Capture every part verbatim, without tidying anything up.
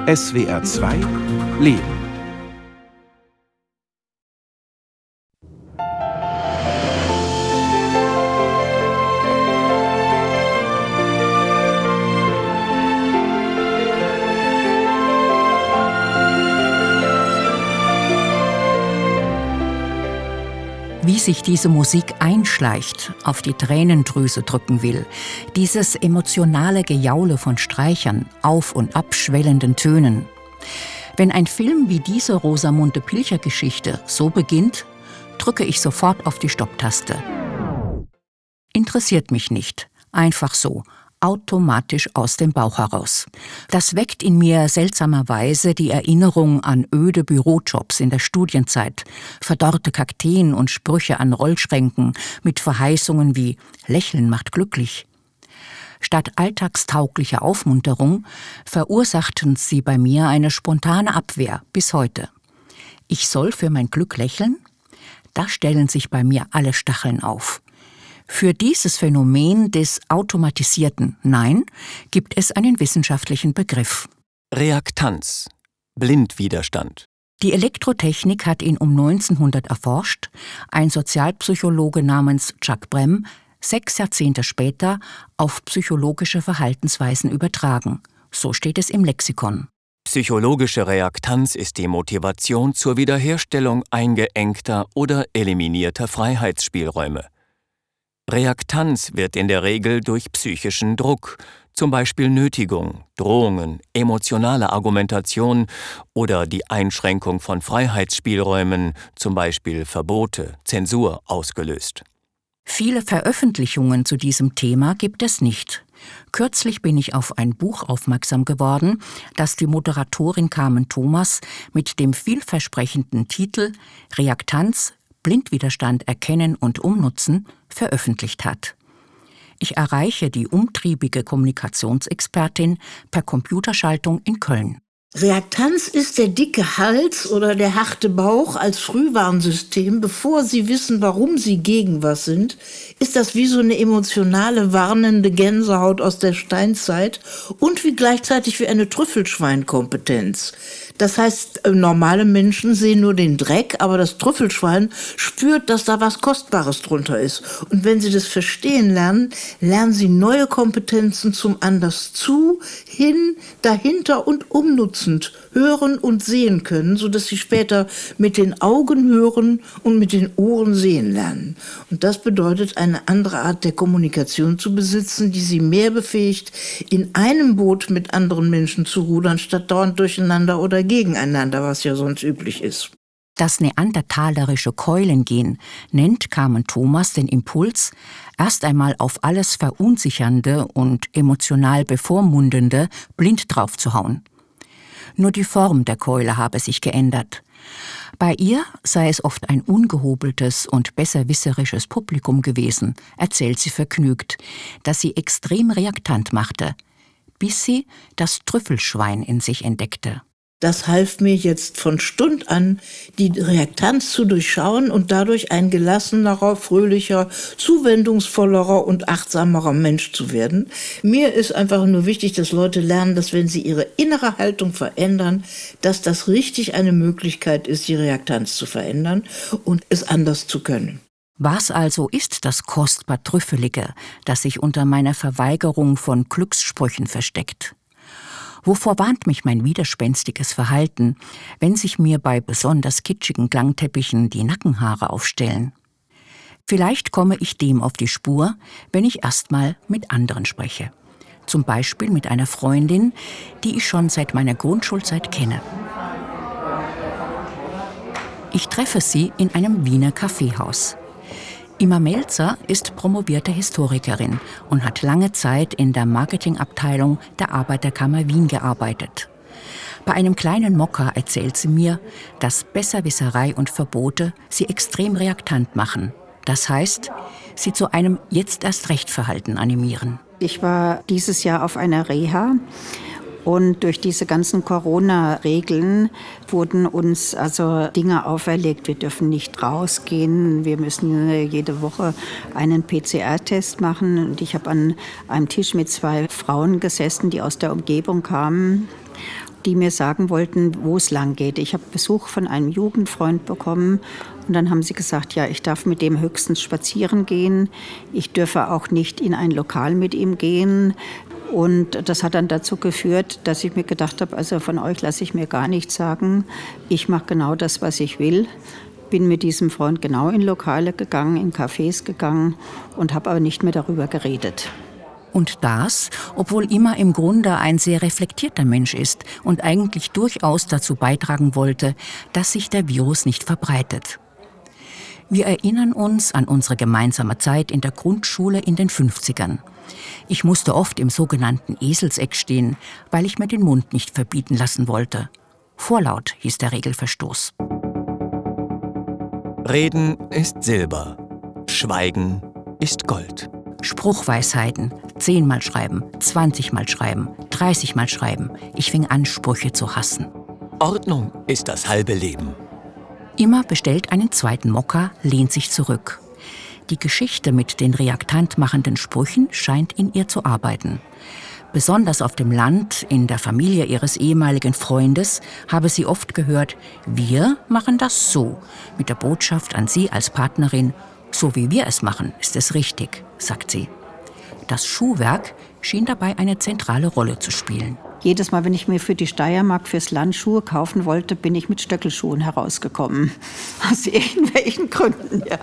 S W R zwei Leben. Wie sich diese Musik einschleicht, auf die Tränendrüse drücken will, dieses emotionale Gejaule von Streichern, auf- und abschwellenden Tönen. Wenn ein Film wie diese Rosamunde Pilcher-Geschichte so beginnt, drücke ich sofort auf die Stopptaste. Interessiert mich nicht, einfach so, automatisch aus dem Bauch heraus. Das weckt in mir seltsamerweise die Erinnerung an öde Bürojobs in der Studienzeit, verdorrte Kakteen und Sprüche an Rollschränken mit Verheißungen wie »Lächeln macht glücklich«. Statt alltagstauglicher Aufmunterung verursachten sie bei mir eine spontane Abwehr bis heute. Ich soll für mein Glück lächeln? Da stellen sich bei mir alle Stacheln auf. Für dieses Phänomen des automatisierten Nein gibt es einen wissenschaftlichen Begriff. Reaktanz, Blindwiderstand. Die Elektrotechnik hat ihn um neunzehnhundert erforscht, ein Sozialpsychologe namens Chuck Brehm sechs Jahrzehnte später auf psychologische Verhaltensweisen übertragen. So steht es im Lexikon. Psychologische Reaktanz ist die Motivation zur Wiederherstellung eingeengter oder eliminierter Freiheitsspielräume. Reaktanz wird in der Regel durch psychischen Druck, zum Beispiel Nötigung, Drohungen, emotionale Argumentation oder die Einschränkung von Freiheitsspielräumen, zum Beispiel Verbote, Zensur, ausgelöst. Viele Veröffentlichungen zu diesem Thema gibt es nicht. Kürzlich bin ich auf ein Buch aufmerksam geworden, das die Moderatorin Carmen Thomas mit dem vielversprechenden Titel »Reaktanz, Blindwiderstand erkennen und umnutzen« veröffentlicht hat. Ich erreiche die umtriebige Kommunikationsexpertin per Computerschaltung in Köln. Reaktanz ist der dicke Hals oder der harte Bauch als Frühwarnsystem. Bevor Sie wissen, warum Sie gegen was sind, ist das wie so eine emotionale, warnende Gänsehaut aus der Steinzeit und wie gleichzeitig wie eine Trüffelschweinkompetenz. Das heißt, normale Menschen sehen nur den Dreck, aber das Trüffelschwein spürt, dass da was Kostbares drunter ist. Und wenn Sie das verstehen lernen, lernen Sie neue Kompetenzen zum Anders zu, hin, dahinter und umnutzend hören und sehen können, sodass Sie später mit den Augen hören und mit den Ohren sehen lernen. Und das bedeutet, eine andere Art der Kommunikation zu besitzen, die Sie mehr befähigt, in einem Boot mit anderen Menschen zu rudern, statt dauernd durcheinander oder gegeneinander, was ja sonst üblich ist. Das neandertalerische Keulengehen nennt Carmen Thomas den Impuls, erst einmal auf alles Verunsichernde und emotional Bevormundende blind draufzuhauen. Nur die Form der Keule habe sich geändert. Bei ihr sei es oft ein ungehobeltes und besserwisserisches Publikum gewesen, erzählt sie vergnügt, das sie extrem reaktant machte, bis sie das Trüffelschwein in sich entdeckte. Das half mir jetzt von Stund an, die Reaktanz zu durchschauen und dadurch ein gelassenerer, fröhlicher, zuwendungsvollerer und achtsamerer Mensch zu werden. Mir ist einfach nur wichtig, dass Leute lernen, dass wenn sie ihre innere Haltung verändern, dass das richtig eine Möglichkeit ist, die Reaktanz zu verändern und es anders zu können. Was also ist das kostbar Trüffelige, das sich unter meiner Verweigerung von Glückssprüchen versteckt? Wovor warnt mich mein widerspenstiges Verhalten, wenn sich mir bei besonders kitschigen Klangteppichen die Nackenhaare aufstellen? Vielleicht komme ich dem auf die Spur, wenn ich erstmal mit anderen spreche. Zum Beispiel mit einer Freundin, die ich schon seit meiner Grundschulzeit kenne. Ich treffe sie in einem Wiener Kaffeehaus. Ima Melzer ist promovierte Historikerin und hat lange Zeit in der Marketingabteilung der Arbeiterkammer Wien gearbeitet. Bei einem kleinen Mokka erzählt sie mir, dass Besserwisserei und Verbote sie extrem reaktant machen. Das heißt, sie zu einem Jetzt-erst-recht-Verhalten animieren. Ich war dieses Jahr auf einer Reha Und durch diese ganzen Corona-Regeln wurden uns also Dinge auferlegt. Wir dürfen nicht rausgehen, wir müssen jede Woche einen P C R-Test machen. Und ich habe an einem Tisch mit zwei Frauen gesessen, die aus der Umgebung kamen, die mir sagen wollten, wo es lang geht. Ich habe Besuch von einem Jugendfreund bekommen und dann haben sie gesagt, ja, ich darf mit dem höchstens spazieren gehen. Ich dürfe auch nicht in ein Lokal mit ihm gehen. Und das hat dann dazu geführt, dass ich mir gedacht habe, also von euch lasse ich mir gar nichts sagen. Ich mache genau das, was ich will. Bin mit diesem Freund genau in Lokale gegangen, in Cafés gegangen und habe aber nicht mehr darüber geredet. Und das, obwohl Imma im Grunde ein sehr reflektierter Mensch ist und eigentlich durchaus dazu beitragen wollte, dass sich der Virus nicht verbreitet. Wir erinnern uns an unsere gemeinsame Zeit in der Grundschule in den fünfzigern. Ich musste oft im sogenannten Eselseck stehen, weil ich mir den Mund nicht verbieten lassen wollte. Vorlaut hieß der Regelverstoß. Reden ist Silber, Schweigen ist Gold. Spruchweisheiten, zehnmal schreiben, zwanzigmal schreiben, dreißigmal schreiben. Ich fing an, Sprüche zu hassen. Ordnung ist das halbe Leben. Imma bestellt einen zweiten Mokka, lehnt sich zurück. Die Geschichte mit den reaktant machenden Sprüchen scheint in ihr zu arbeiten. Besonders auf dem Land, in der Familie ihres ehemaligen Freundes, habe sie oft gehört, wir machen das so, mit der Botschaft an sie als Partnerin, so wie wir es machen, ist es richtig, sagt sie. Das Schuhwerk schien dabei eine zentrale Rolle zu spielen. Jedes Mal, wenn ich mir für die Steiermark fürs Land Schuhe kaufen wollte, bin ich mit Stöckelschuhen herausgekommen. Aus irgendwelchen Gründen, ja.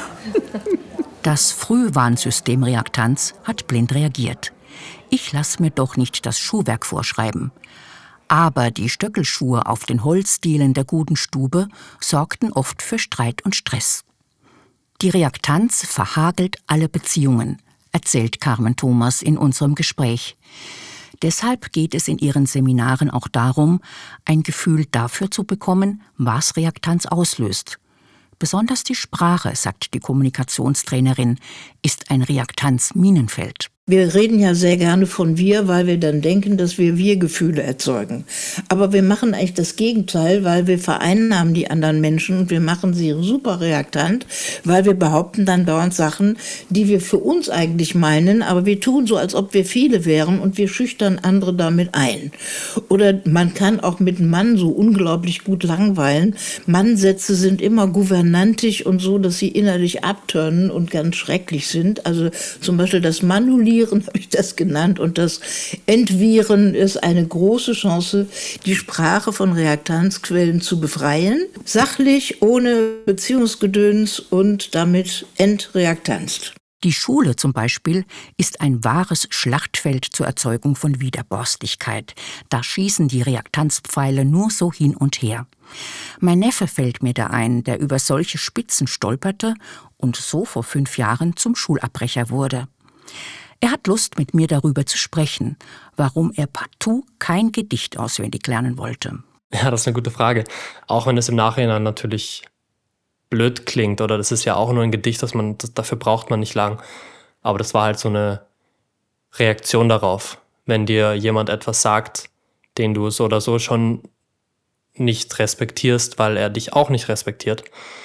Das Frühwarnsystem Reaktanz hat blind reagiert. Ich lasse mir doch nicht das Schuhwerk vorschreiben. Aber die Stöckelschuhe auf den Holzdielen der guten Stube sorgten oft für Streit und Stress. Die Reaktanz verhagelt alle Beziehungen, erzählt Carmen Thomas in unserem Gespräch. Deshalb geht es in ihren Seminaren auch darum, ein Gefühl dafür zu bekommen, was Reaktanz auslöst. Besonders die Sprache, sagt die Kommunikationstrainerin, ist ein Reaktanz-Minenfeld. Wir reden ja sehr gerne von wir, weil wir dann denken, dass wir Wir-Gefühle erzeugen. Aber wir machen eigentlich das Gegenteil, weil wir vereinnahmen die anderen Menschen und wir machen sie super reaktant, weil wir behaupten dann dauernd Sachen, die wir für uns eigentlich meinen, aber wir tun so, als ob wir viele wären und wir schüchtern andere damit ein. Oder man kann auch mit Mann so unglaublich gut langweilen. Mannsätze sind immer gouvernantisch und so, dass sie innerlich abturnen und ganz schrecklich sind. Also zum Beispiel das Manulieren, habe ich das genannt, und das Entviren ist eine große Chance, die Sprache von Reaktanzquellen zu befreien, sachlich, ohne Beziehungsgedöns und damit entreaktanzt. Die Schule zum Beispiel ist ein wahres Schlachtfeld zur Erzeugung von Widerborstigkeit. Da schießen die Reaktanzpfeile nur so hin und her. Mein Neffe fällt mir da ein, der über solche Spitzen stolperte und so vor fünf Jahren zum Schulabbrecher wurde. Er hat Lust, mit mir darüber zu sprechen, warum er partout kein Gedicht auswendig lernen wollte. Ja, das ist eine gute Frage. Auch wenn es im Nachhinein natürlich blöd klingt, oder das ist ja auch nur ein Gedicht, das man, das, dafür braucht man nicht lang. Aber das war halt so eine Reaktion darauf. Wenn dir jemand etwas sagt, den du so oder so schon nicht respektierst, weil er dich auch nicht respektiert,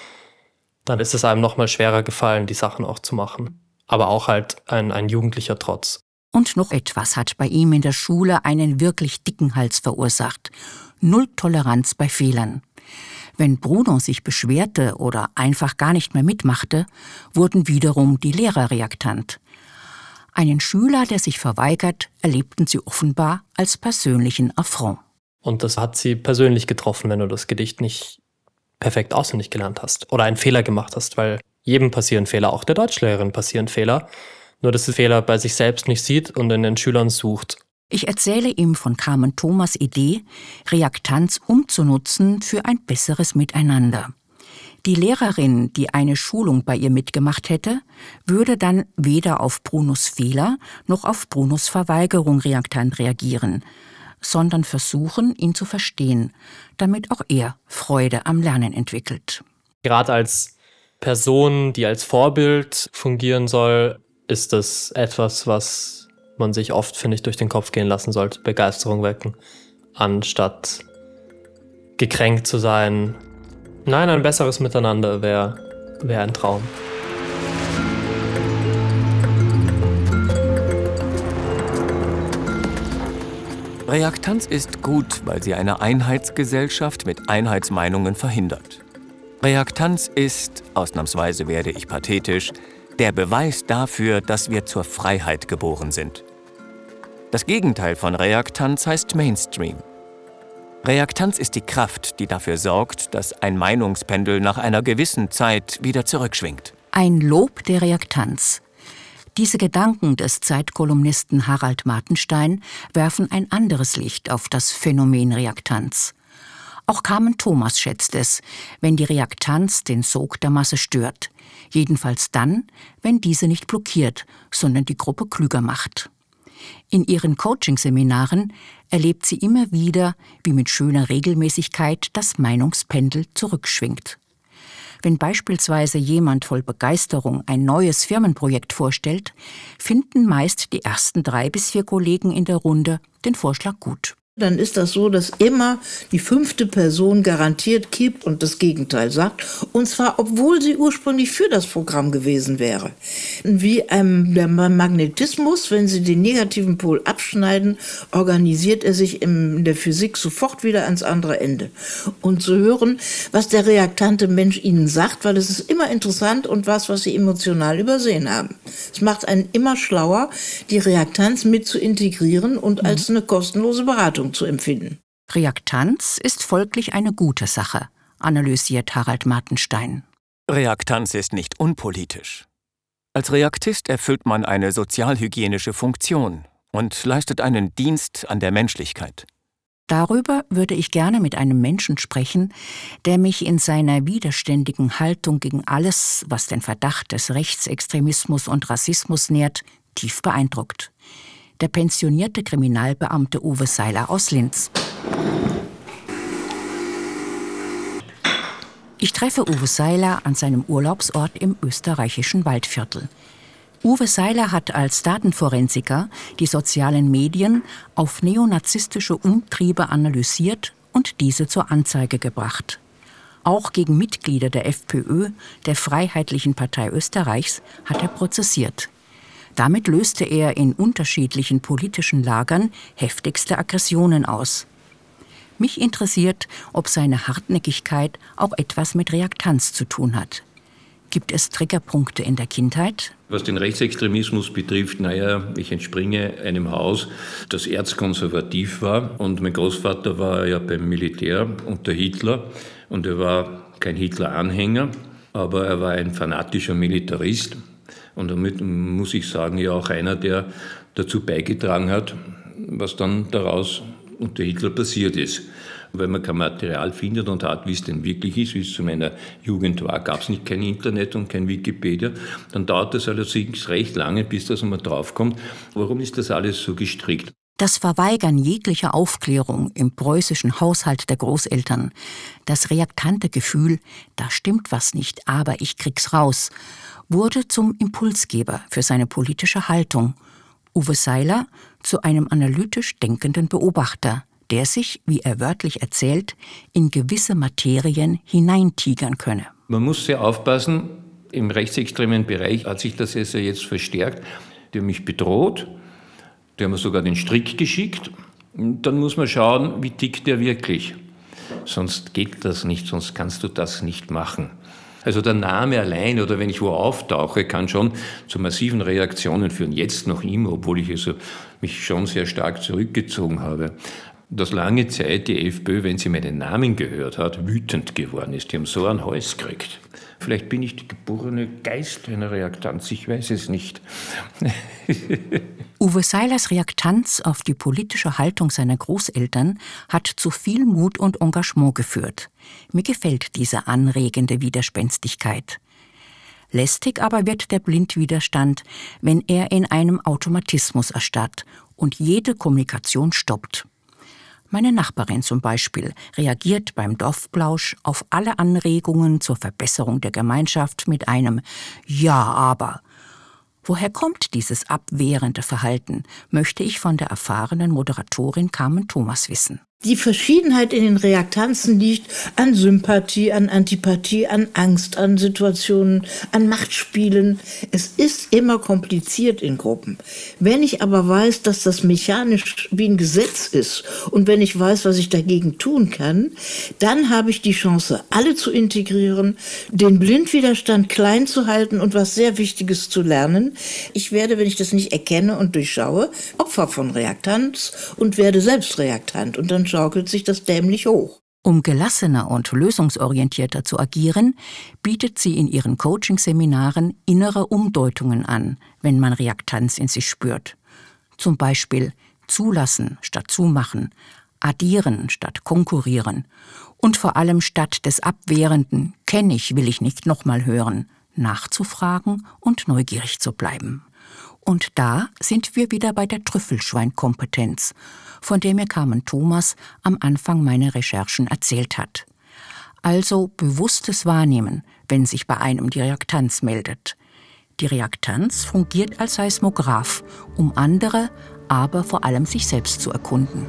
dann ist es einem noch mal schwerer gefallen, die Sachen auch zu machen. Aber auch halt ein, ein jugendlicher Trotz. Und noch etwas hat bei ihm in der Schule einen wirklich dicken Hals verursacht. Null Toleranz bei Fehlern. Wenn Bruno sich beschwerte oder einfach gar nicht mehr mitmachte, wurden wiederum die Lehrer reaktant. Einen Schüler, der sich verweigert, erlebten sie offenbar als persönlichen Affront. Und das hat sie persönlich getroffen, wenn du das Gedicht nicht perfekt auswendig gelernt hast oder einen Fehler gemacht hast, weil jedem passieren Fehler, auch der Deutschlehrerin passieren Fehler, nur dass sie Fehler bei sich selbst nicht sieht und in den Schülern sucht. Ich erzähle ihm von Carmen Thomas' Idee, Reaktanz umzunutzen für ein besseres Miteinander. Die Lehrerin, die eine Schulung bei ihr mitgemacht hätte, würde dann weder auf Brunos Fehler noch auf Brunos Verweigerung reaktant reagieren, sondern versuchen, ihn zu verstehen, damit auch er Freude am Lernen entwickelt. Gerade als Person, die als Vorbild fungieren soll, ist das etwas, was man sich oft, finde ich, durch den Kopf gehen lassen sollte, Begeisterung wecken, anstatt gekränkt zu sein. Nein, ein besseres Miteinander wäre wär ein Traum. Reaktanz ist gut, weil sie eine Einheitsgesellschaft mit Einheitsmeinungen verhindert. Reaktanz ist, ausnahmsweise werde ich pathetisch, der Beweis dafür, dass wir zur Freiheit geboren sind. Das Gegenteil von Reaktanz heißt Mainstream. Reaktanz ist die Kraft, die dafür sorgt, dass ein Meinungspendel nach einer gewissen Zeit wieder zurückschwingt. Ein Lob der Reaktanz. Diese Gedanken des Zeitkolumnisten Harald Martenstein werfen ein anderes Licht auf das Phänomen Reaktanz. Auch Carmen Thomas schätzt es, wenn die Reaktanz den Sog der Masse stört. Jedenfalls dann, wenn diese nicht blockiert, sondern die Gruppe klüger macht. In ihren Coaching-Seminaren erlebt sie immer wieder, wie mit schöner Regelmäßigkeit das Meinungspendel zurückschwingt. Wenn beispielsweise jemand voll Begeisterung ein neues Firmenprojekt vorstellt, finden meist die ersten drei bis vier Kollegen in der Runde den Vorschlag gut. Dann ist das so, dass immer die fünfte Person garantiert kippt und das Gegenteil sagt. Und zwar, obwohl sie ursprünglich für das Programm gewesen wäre. Wie ähm, der Magnetismus, wenn Sie den negativen Pol abschneiden, organisiert er sich in der Physik sofort wieder ans andere Ende. Und zu hören, was der reaktante Mensch Ihnen sagt, weil es ist immer interessant und was, was Sie emotional übersehen haben. Es macht einen immer schlauer, die Reaktanz mit zu integrieren und als eine kostenlose Beratung zu empfinden. Reaktanz ist folglich eine gute Sache, analysiert Harald Martenstein. Reaktanz ist nicht unpolitisch. Als Reaktist erfüllt man eine sozialhygienische Funktion und leistet einen Dienst an der Menschlichkeit. Darüber würde ich gerne mit einem Menschen sprechen, der mich in seiner widerständigen Haltung gegen alles, was den Verdacht des Rechtsextremismus und Rassismus nährt, tief beeindruckt. Der pensionierte Kriminalbeamte Uwe Seiler aus Linz. Ich treffe Uwe Seiler an seinem Urlaubsort im österreichischen Waldviertel. Uwe Seiler hat als Datenforensiker die sozialen Medien auf neonazistische Umtriebe analysiert und diese zur Anzeige gebracht. Auch gegen Mitglieder der FPÖ, der Freiheitlichen Partei Österreichs, hat er prozessiert. Damit löste er in unterschiedlichen politischen Lagern heftigste Aggressionen aus. Mich interessiert, ob seine Hartnäckigkeit auch etwas mit Reaktanz zu tun hat. Gibt es Triggerpunkte in der Kindheit? Was den Rechtsextremismus betrifft, naja, ich entspringe einem Haus, das erzkonservativ war. Und mein Großvater war ja beim Militär unter Hitler. Und er war kein Hitler-Anhänger, aber er war ein fanatischer Militarist. Und damit muss ich sagen, ja auch einer, der dazu beigetragen hat, was dann daraus unter Hitler passiert ist. Weil man kein Material findet und hat, wie es denn wirklich ist, wie es zu meiner Jugend war, gab es nicht kein Internet und kein Wikipedia. Dann dauert es allerdings recht lange, bis das einmal draufkommt. Warum ist das alles so gestrickt? Das Verweigern jeglicher Aufklärung im preußischen Haushalt der Großeltern, das reaktante Gefühl, da stimmt was nicht, aber ich krieg's raus, wurde zum Impulsgeber für seine politische Haltung. Uwe Seiler zu einem analytisch denkenden Beobachter, der sich, wie er wörtlich erzählt, in gewisse Materien hineintigern könne. Man muss sehr aufpassen, im rechtsextremen Bereich hat sich das also jetzt verstärkt. Die haben mich bedroht, die haben mir sogar den Strick geschickt. Und dann muss man schauen, wie tickt der wirklich. Sonst geht das nicht, sonst kannst du das nicht machen. Also der Name allein oder wenn ich wo auftauche, kann schon zu massiven Reaktionen führen. Jetzt noch immer, obwohl ich also mich schon sehr stark zurückgezogen habe. Dass lange Zeit die FPÖ, wenn sie meinen Namen gehört hat, wütend geworden ist. Die haben so einen Hals gekriegt. Vielleicht bin ich die geborene Geist einer Reaktanz, ich weiß es nicht. Uwe Seilers Reaktanz auf die politische Haltung seiner Großeltern hat zu viel Mut und Engagement geführt. Mir gefällt diese anregende Widerspenstigkeit. Lästig aber wird der Blindwiderstand, wenn er in einem Automatismus erstarrt und jede Kommunikation stoppt. Meine Nachbarin zum Beispiel reagiert beim Dorfplausch auf alle Anregungen zur Verbesserung der Gemeinschaft mit einem Ja, aber. Woher kommt dieses abwehrende Verhalten, möchte ich von der erfahrenen Moderatorin Carmen Thomas wissen. Die Verschiedenheit in den Reaktanzen liegt an Sympathie, an Antipathie, an Angst, an Situationen, an Machtspielen. Es ist immer kompliziert in Gruppen. Wenn ich aber weiß, dass das mechanisch wie ein Gesetz ist und wenn ich weiß, was ich dagegen tun kann, dann habe ich die Chance, alle zu integrieren, den Blindwiderstand klein zu halten und was sehr Wichtiges zu lernen. Ich werde, wenn ich das nicht erkenne und durchschaue, Opfer von Reaktanz und werde selbst Reaktant und dann schaukelt sich das dämlich hoch. Um gelassener und lösungsorientierter zu agieren, bietet sie in ihren Coaching-Seminaren innere Umdeutungen an, wenn man Reaktanz in sich spürt. Zum Beispiel zulassen statt zumachen, addieren statt konkurrieren und vor allem statt des abwehrenden »kenn ich, will ich nicht nochmal hören« nachzufragen und neugierig zu bleiben. Und da sind wir wieder bei der Trüffelschweinkompetenz, von der mir Carmen Thomas am Anfang meiner Recherchen erzählt hat. Also bewusstes Wahrnehmen, wenn sich bei einem die Reaktanz meldet. Die Reaktanz fungiert als Seismograph, um andere, aber vor allem sich selbst zu erkunden.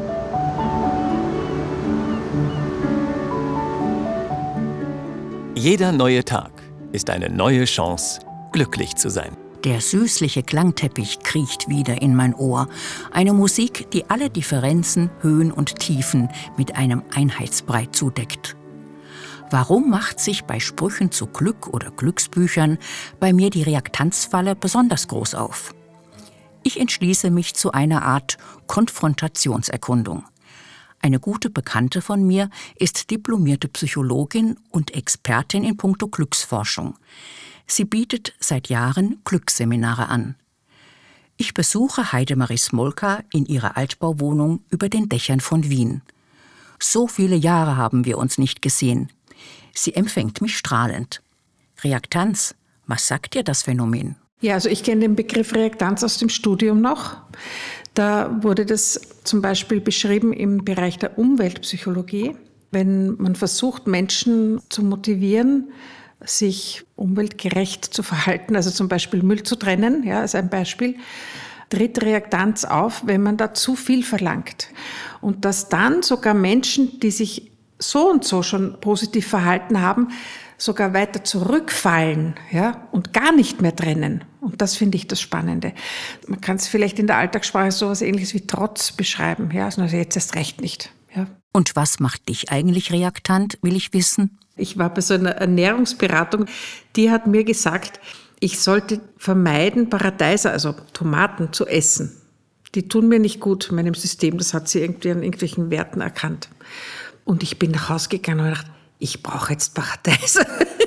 Jeder neue Tag ist eine neue Chance, glücklich zu sein. Der süßliche Klangteppich kriecht wieder in mein Ohr. Eine Musik, die alle Differenzen, Höhen und Tiefen mit einem Einheitsbrei zudeckt. Warum macht sich bei Sprüchen zu Glück oder Glücksbüchern bei mir die Reaktanzfalle besonders groß auf? Ich entschließe mich zu einer Art Konfrontationserkundung. Eine gute Bekannte von mir ist diplomierte Psychologin und Expertin in puncto Glücksforschung. Sie bietet seit Jahren Glücksseminare an. Ich besuche Heidemarie Smolka in ihrer Altbauwohnung über den Dächern von Wien. So viele Jahre haben wir uns nicht gesehen. Sie empfängt mich strahlend. Reaktanz, was sagt dir das Phänomen? Ja, also ich kenne den Begriff Reaktanz aus dem Studium noch. Da wurde das zum Beispiel beschrieben im Bereich der Umweltpsychologie, wenn man versucht, Menschen zu motivieren, sich umweltgerecht zu verhalten, also zum Beispiel Müll zu trennen, ja, als ein Beispiel, tritt Reaktanz auf, wenn man da zu viel verlangt. Und dass dann sogar Menschen, die sich so und so schon positiv verhalten haben, sogar weiter zurückfallen, ja, und gar nicht mehr trennen. Und das finde ich das Spannende. Man kann es vielleicht in der Alltagssprache so etwas Ähnliches wie Trotz beschreiben, ja, also jetzt erst recht nicht, ja. Und was macht dich eigentlich reaktant, will ich wissen? Ich war bei so einer Ernährungsberatung, die hat mir gesagt, ich sollte vermeiden, Paradeiser, also Tomaten, zu essen. Die tun mir nicht gut in meinem System, das hat sie irgendwie an irgendwelchen Werten erkannt. Und ich bin nach Hause gegangen und gedacht, ich brauche jetzt Paradeiser.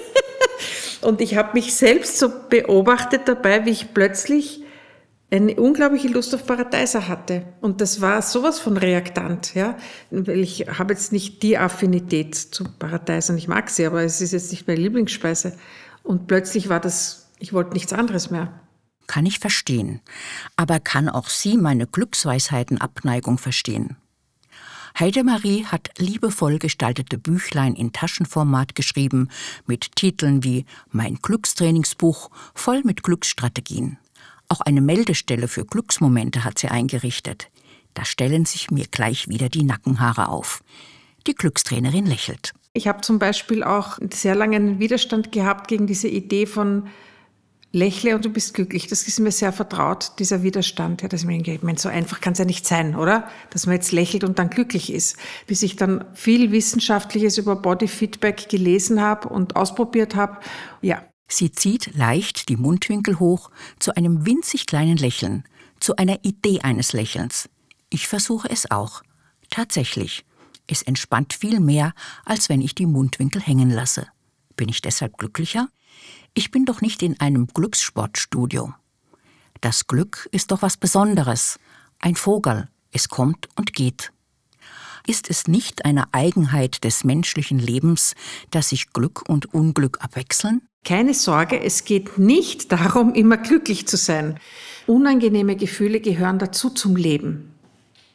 Und ich habe mich selbst so beobachtet dabei, wie ich plötzlich eine unglaubliche Lust auf Paradeiser hatte. Und das war sowas von reaktant, ja. Weil ich habe jetzt nicht die Affinität zu Paradeisern. Ich mag sie, aber es ist jetzt nicht meine Lieblingsspeise. Und plötzlich war das, ich wollte nichts anderes mehr. Kann ich verstehen. Aber kann auch sie meine Glücksweisheiten-Abneigung verstehen? Heidemarie hat liebevoll gestaltete Büchlein in Taschenformat geschrieben, mit Titeln wie »Mein Glückstrainingsbuch«, voll mit Glücksstrategien. Auch eine Meldestelle für Glücksmomente hat sie eingerichtet. Da stellen sich mir gleich wieder die Nackenhaare auf. Die Glückstrainerin lächelt. Ich habe zum Beispiel auch sehr lange einen Widerstand gehabt gegen diese Idee von lächle und du bist glücklich. Das ist mir sehr vertraut, dieser Widerstand. Ja, dass ich mir denke, ich meine, so einfach kann es ja nicht sein, oder? Dass man jetzt lächelt und dann glücklich ist. Bis ich dann viel Wissenschaftliches über Bodyfeedback gelesen habe und ausprobiert habe, ja. Sie zieht leicht die Mundwinkel hoch zu einem winzig kleinen Lächeln, zu einer Idee eines Lächelns. Ich versuche es auch. Tatsächlich. Es entspannt viel mehr, als wenn ich die Mundwinkel hängen lasse. Bin ich deshalb glücklicher? Ich bin doch nicht in einem Glückssportstudio. Das Glück ist doch was Besonderes. Ein Vogel. Es kommt und geht. Ist es nicht eine Eigenheit des menschlichen Lebens, dass sich Glück und Unglück abwechseln? Keine Sorge, es geht nicht darum, immer glücklich zu sein. Unangenehme Gefühle gehören dazu zum Leben.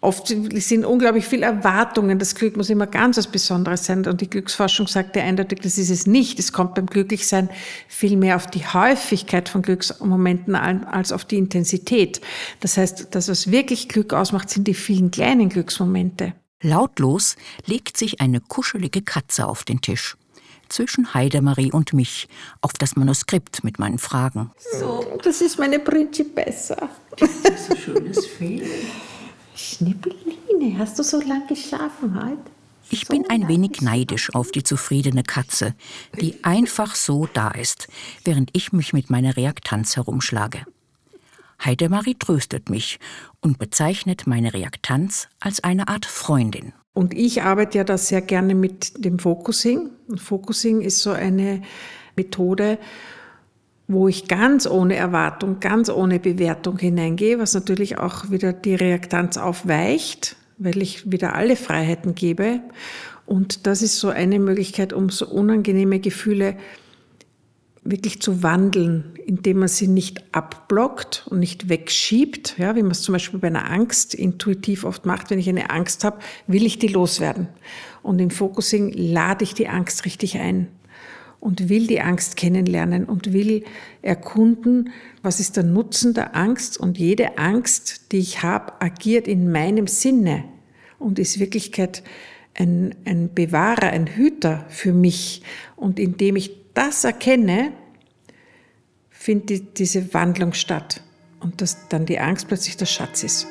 Oft sind unglaublich viele Erwartungen. Das Glück muss immer ganz was Besonderes sein. Und die Glücksforschung sagt ja eindeutig, das ist es nicht. Es kommt beim Glücklichsein viel mehr auf die Häufigkeit von Glücksmomenten als auf die Intensität. Das heißt, das, was wirklich Glück ausmacht, sind die vielen kleinen Glücksmomente. Lautlos legt sich eine kuschelige Katze auf den Tisch. Zwischen Heidemarie und mich auf das Manuskript mit meinen Fragen. So, das ist meine Principessa. Das ist ein schönes Feeling. Schnippeline, hast du so lange geschlafen heute? Ich bin ein wenig neidisch auf die zufriedene Katze, die einfach so da ist, während ich mich mit meiner Reaktanz herumschlage. Heidemarie tröstet mich und bezeichnet meine Reaktanz als eine Art Freundin. Und ich arbeite ja da sehr gerne mit dem Focusing. Und Focusing ist so eine Methode, wo ich ganz ohne Erwartung, ganz ohne Bewertung hineingehe, was natürlich auch wieder die Reaktanz aufweicht, weil ich wieder alle Freiheiten gebe. Und das ist so eine Möglichkeit, um so unangenehme Gefühle wirklich zu wandeln, indem man sie nicht abblockt und nicht wegschiebt, ja, wie man es zum Beispiel bei einer Angst intuitiv oft macht. Wenn ich eine Angst habe, will ich die loswerden. Und im Focusing lade ich die Angst richtig ein und will die Angst kennenlernen und will erkunden, was ist der Nutzen der Angst. Und jede Angst, die ich habe, agiert in meinem Sinne und ist in Wirklichkeit ein, ein Bewahrer, ein Hüter für mich. Und indem ich das erkenne, findet diese Wandlung statt und dass dann die Angst plötzlich der Schatz ist.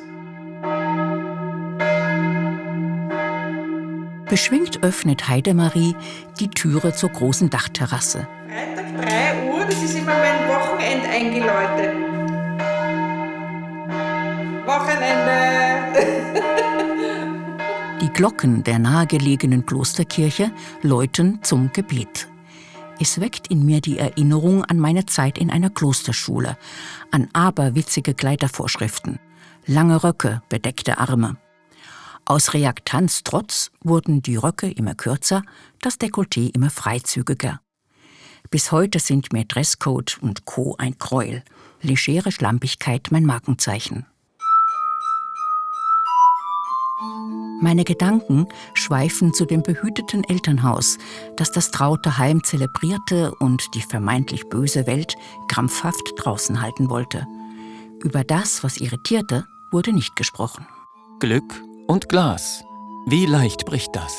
Beschwingt öffnet Heidemarie die Türe zur großen Dachterrasse. Freitag drei Uhr, das ist immer mein Wochenend eingeläutet. Wochenende! Die Glocken der nahegelegenen Klosterkirche läuten zum Gebet. Es weckt in mir die Erinnerung an meine Zeit in einer Klosterschule, an aberwitzige Kleidervorschriften, lange Röcke, bedeckte Arme. Aus Reaktanz trotz wurden die Röcke immer kürzer, das Dekolleté immer freizügiger. Bis heute sind mir Dresscode und Co. ein Gräuel, legere Schlampigkeit mein Markenzeichen. Meine Gedanken schweifen zu dem behüteten Elternhaus, das das traute Heim zelebrierte und die vermeintlich böse Welt krampfhaft draußen halten wollte. Über das, was irritierte, wurde nicht gesprochen. Glück und Glas. Wie leicht bricht das?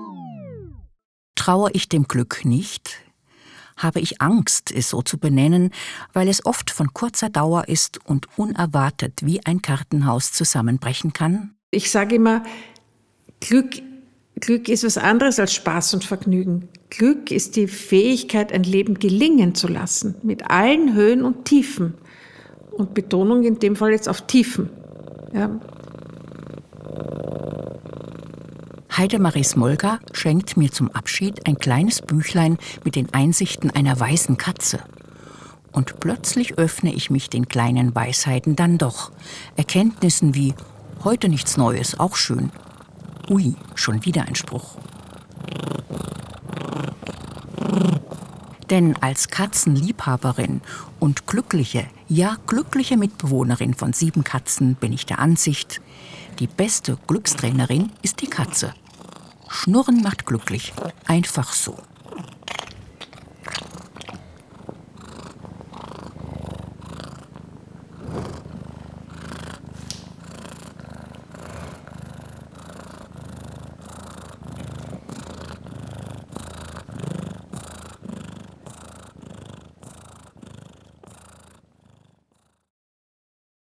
Traue ich dem Glück nicht? Habe ich Angst, es so zu benennen, weil es oft von kurzer Dauer ist und unerwartet wie ein Kartenhaus zusammenbrechen kann? Ich sage immer, Glück, Glück ist was anderes als Spaß und Vergnügen. Glück ist die Fähigkeit, ein Leben gelingen zu lassen, mit allen Höhen und Tiefen. Und Betonung in dem Fall jetzt auf Tiefen. Ja. Heidemarie Smolga schenkt mir zum Abschied ein kleines Büchlein mit den Einsichten einer weißen Katze. Und plötzlich öffne ich mich den kleinen Weisheiten dann doch. Erkenntnissen wie: heute nichts Neues, auch schön. Ui, schon wieder ein Spruch. Denn als Katzenliebhaberin und glückliche, ja glückliche Mitbewohnerin von sieben Katzen bin ich der Ansicht, die beste Glückstrainerin ist die Katze. Schnurren macht glücklich, einfach so.